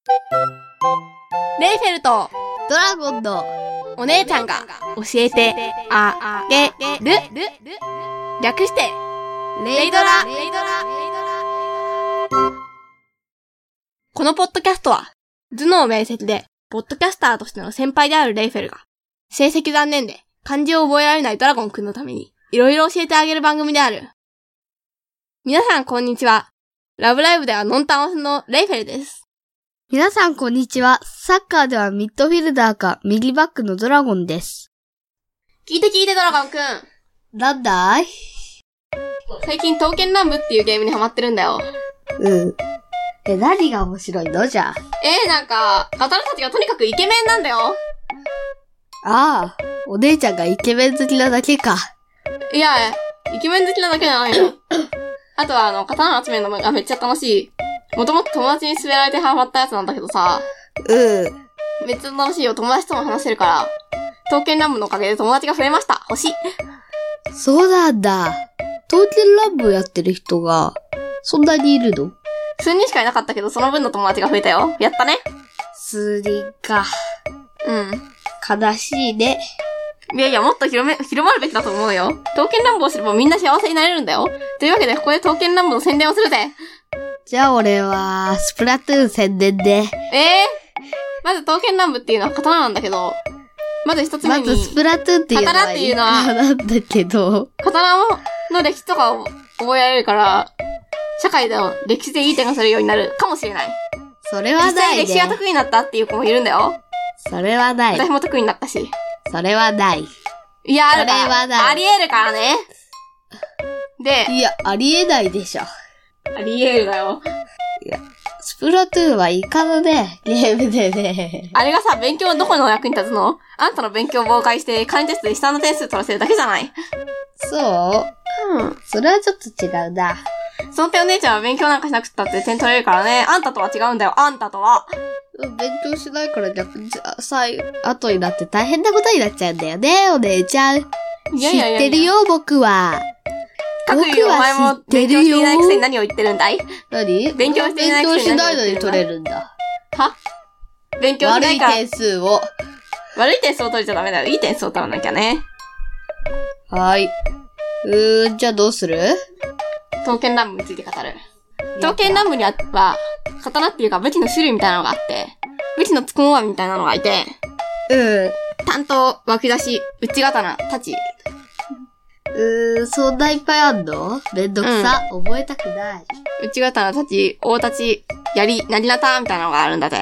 レイフェルトドラゴンのお姉ちゃんが教えてあげる。略してレイドラ。このポッドキャストは頭脳明晰でポッドキャスターとしての先輩であるレイフェルが成績残念で漢字を覚えられないドラゴンくんのためにいろいろ教えてあげる番組である。皆さんこんにちは。ラブライブではノンタンオスのレイフェルです。 皆さんこんにちは。サッカーではミッドフィルダーか右バックのドラゴンです。 聞いてドラゴンくん。 なんだい？ 最近刀剣乱舞っていうゲームにハマってるんだよ。 何が面白いのじゃ？ なんか、刀たちがとにかくイケメンなんだよ。 ああ、お姉ちゃんがイケメン好きなだけか。 いや、イケメン好きなだけじゃないの。あとは刀集めるのがめっちゃ楽しい。もともと友達に勧められてハマったやつなんだけどさ。めっちゃ楽しいよ。友達とも話せるから。刀剣乱舞のおかげで友達が増えました。欲しい。 そうなんだ。刀剣乱舞やってる人が、そんなにいるの？ 数人しかいなかったけど、その分の友達が増えたよ。やったね。 数人か。悲しいね。 いや、もっと広まるべきだと思うよ。刀剣乱舞を知ればみんな幸せになれるんだよ。というわけで、ここで刀剣乱舞の宣伝をするぜ。 じゃあ俺は、スプラトゥーン宣伝で。 まず刀剣乱舞っていうのは刀なんだけど、まず一つ目に。 まずスプラトゥーンっていうのは刀っていうのは、 なんだけど。 刀の歴史とかを覚えられるから、社会での歴史でいい点がするようになるかもしれない。 それはないね。 実際歴史が得意になったっていう子もいるんだよ。 それはない。 私も得意になったし。 それはない。 いや、あるから。 それはない。 あり得るからね。で。 いや、ありえないでしょ。 あり得るだよ。 いや、スプラトゥーンはいかのね、ゲームでね。 あれがさ、勉強どこの役に立つの？あんたの勉強を妨害して、漢字テストで下の点数取らせるだけじゃない。 そう？それはちょっと違うな。 その点お姉ちゃんは勉強なんかしなくったって点取れるからね。あんたとは違うんだよ。あんたとは。 勉強しないから後になって大変なことになっちゃうんだよね、お姉ちゃん。知ってるよ、僕は。 各言うお前も勉強していないくせに何を言ってるんだい？ 何？ 勉強していないくせに何を言ってるんだい？ 勉強しないのに取れるんだ。 は？勉強しないから。 悪い点数を取れちゃダメだよ。いい点数を取らなきゃね。 はい。じゃあどうする？ 刀剣乱舞について語る。刀剣乱舞には、刀っていうか武器の種類みたいなのがあって、武器のつくものみたいなのがいて、担当、脇出し、内刀、太刀。 そんないっぱいあんの？めんどくさ。覚えたくない。 内刀、太刀、大太刀、槍、なぎなたみたいなのがあるんだぜ。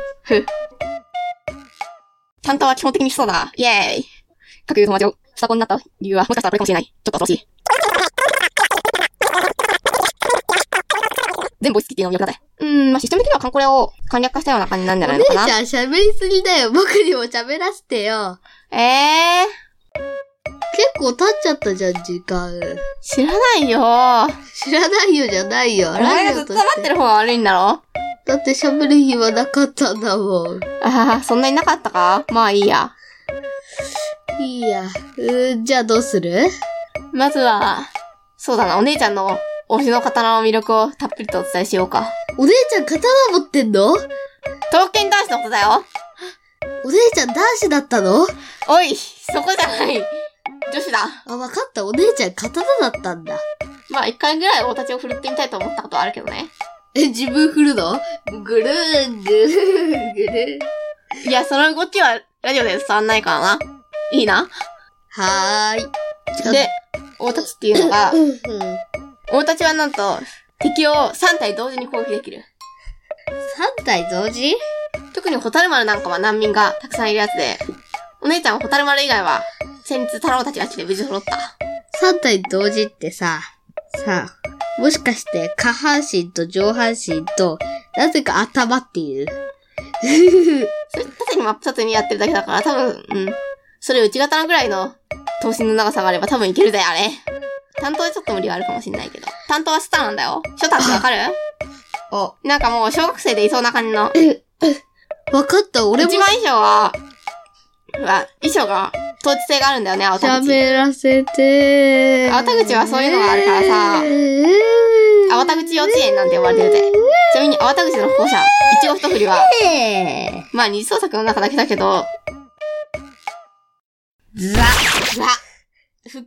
担当は基本的にそうだ。イェーイ。各友達をスタコになった理由はもしかしたらこれかもしれない。ちょっと恐ろしい。全部追いつきっていうのを呼び方で。システム的にはカンコレを簡略化したような感じなんじゃないのかな。 お姉ちゃん喋りすぎだよ。僕にも喋らせてよ。結構経っちゃったじゃん、時間。 知らないよ。 知らないよじゃないよ。 お前がずっと待ってる方が悪いんだろ？ だって喋る暇なかったんだもん。 そんなになかったか？まあいいや。 いいや。じゃあどうする？ まずは、そうだな、お姉ちゃんの推しの刀の魅力をたっぷりとお伝えしようか。 お姉ちゃん刀持ってんの？ 刀剣男子のことだよ。 お姉ちゃん男子だったの？ おい、そこじゃない。女子だ。 わかった。お姉ちゃん刀だったんだ。 まあ一回ぐらい大立ちを振るってみたいと思ったことはあるけどね。 自分振るの？ぐるーん、ぐるーん、ぐるーん。いや、その動きはラジオで伝わんないからな。いいな。 はーい。 で、大立ちっていうのが、大立ちはなんと、敵を3体同時に攻撃できる。 3体同時？ 特にホタル丸なんかは難民がたくさんいるやつで、お姉ちゃんはホタル丸以外は、先日太郎たちが来て無事揃った。 3体同時ってさ、もしかして下半身と上半身と、なぜか頭っていう。 それ縦に真っ二つにやってるだけだから多分、それ内刀ぐらいの頭身の長さがあれば多分いけるぜ、あれ。担当でちょっと無理はあるかもしんないけど。担当はスターなんだよ。ショタってわかる？なんかもう小学生でいそうな感じの。 わかった、俺も。 一番衣装は、衣装が統一性があるんだよね、青田口。 喋らせて。 青田口はそういうのがあるからさ。 粟田口幼稚園なんて呼ばれてるぜ。ちなみに粟田口の校舎、いちご一振りは、まあ二次創作の中だけだけど、ふかーすん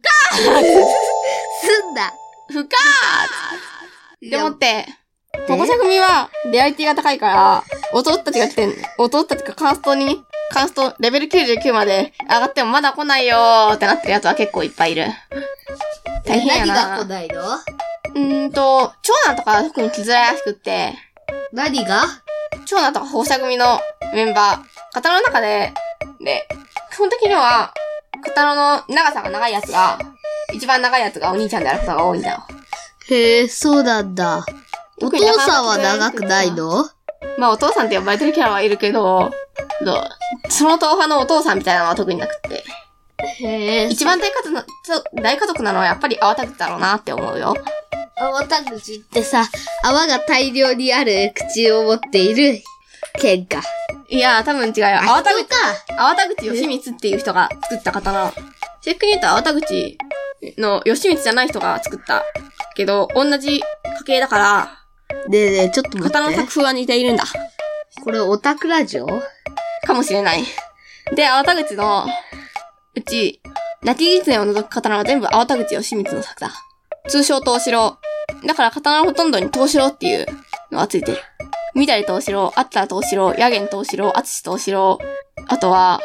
だ。 ふかーでもって、保護者組は、リアリティが高いから、弟たちがカーストレベル99まで上がってもまだ来ないよーってなってるやつは結構いっぱいいる。大変やな。 何が来ないの？ 長男とか特に来づらいらしくって。 何が？ 長男とか保護者組のメンバー、刀の中で、基本的には、刀の長さが長いやつが、一番長いやつがお兄ちゃんであることが多いんだよ。 へえ、そうなんだ。お父さんは長くないの？ まあお父さんって呼ばれてるキャラはいるけど、その党派のお父さんみたいなのは特になくって。 へえ。 一番大家族なのはやっぱり粟田口だろうなって思うよ。 粟田口ってさ、泡が大量にある口を持っている剣か。 いや、多分違うよ。粟田口義満っていう人が作った刀。正確に言うと粟田口の義満じゃない人が作ったけど、同じ家系だから、 ねえねえ、ちょっと待って。 刀の作風は似ているんだ。 これオタクラジオ？ かもしれない。で、粟田口のうち、泣き狐を除く刀は全部粟田口義満の作だ。通称東四郎。だから刀のほとんどに東四郎っていうのがついてる。三谷東四郎、あったら東四郎、やげん東四郎、あつし東四郎、あとは、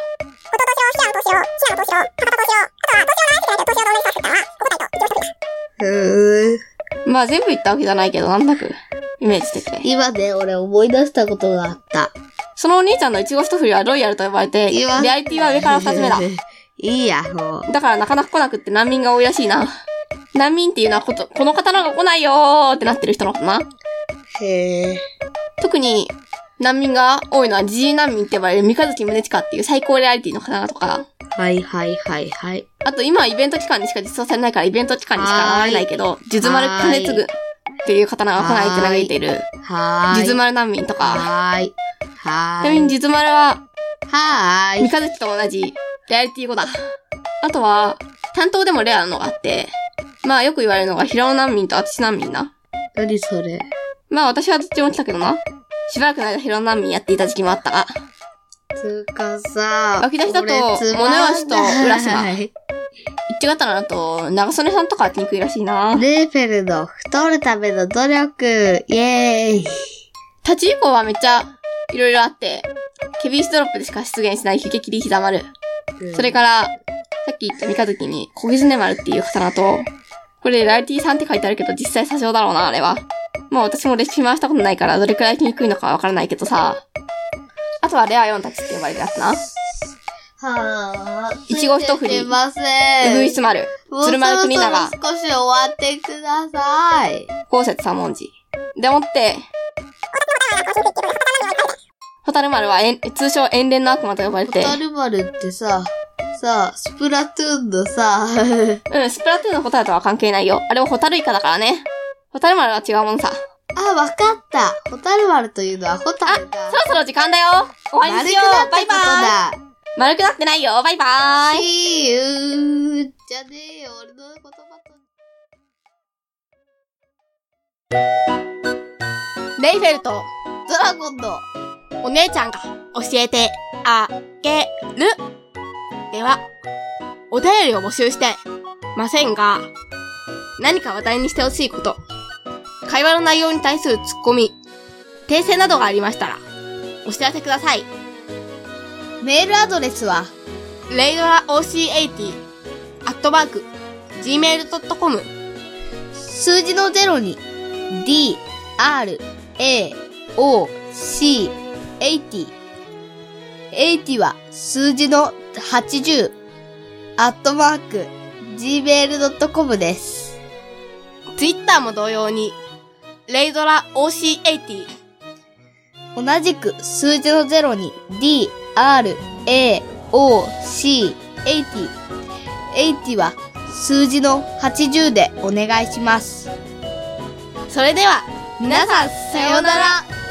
まあ全部言ったわけじゃないけど、なんだくイメージ的で。 今ね、俺思い出したことがあった。 そのお兄ちゃんのいちご一振りはロイヤルと呼ばれて、リアリティは上から二つ目だ。 いいや、もう。 だからなかなか来なくって難民が多いらしいな。難民っていうのはこの刀が来ないよーってなってる人のことな。 へー。 特に難民が多いのはジジイ難民って呼ばれる三日月宗近っていう最高リアリティの刀とか。 はいはいはいはい。 あと今はイベント期間にしか実装されないからイベント期間にしか現れないけど、数珠丸金継ぐっていう刀が来ないって嘆いている。数珠丸難民とか。ちなみに数珠丸は、三日月と同じリアリティ5だ。あとは、担当でもレアなのがあって、まあよく言われるのが平野難民とあつし難民な。 何それ？ まあ私はどっちも来たけどな。しばらくの間平野難民やっていた時期もあったが。 つうかさ、 湧き出しだと、モネワシと浦島。一致型だと、長曽根さんとかは来にくいらしいな。 レーフェルの太るための努力、イエーイ。 立ち以降はめっちゃ、いろいろあって、ケビースドロップでしか出現しない雪切り膝丸。それから、さっき言った三日月に、小狐丸っていう刀と、これライティ3って書いてあるけど、実際詐称だろうな、あれは。まあ私もレシピ回したことないから、どれくらい来にくいのかわからないけどさ。あとはレア4たちって呼ばれるやつな。 はぁ。 いちご一振り。 すいません。 うぐいす丸。鶴丸国長。 もうそろそろ少し終わってください。 高節三文字。でもって、ホタル丸は通称遠恋の悪魔と呼ばれて。 ホタル丸ってさ、スプラトゥーンのさ、 スプラトゥーンのホタルとは関係ないよ。あれはホタルイカだからね。ホタル丸は違うものさ。 あ、わかった。ホタル丸というのはホタルだ。 そろそろ時間だよ。終わりにしよう。バイバーイ。丸くなってないよ。バイバーイ。 See you. じゃねえよ。俺の言葉と。 レイフェルとドラゴンのお姉ちゃんが教えてあげる。では、お便りを募集してませんが、何か話題にしてほしいこと、会話の内容に対するツッコミ、訂正などがありましたら、お知らせください。 メールアドレスは、 reidoraoc80@gmail.com 数字の0に、d, r, a, o, c, 80。80は数字の80、@gmail.com です。 Twitter も同様に、reidoraoc80。 同じく数字の0に D, R, A, O, C, 80。80は数字の80でお願いします。 それでは、皆さんさようなら。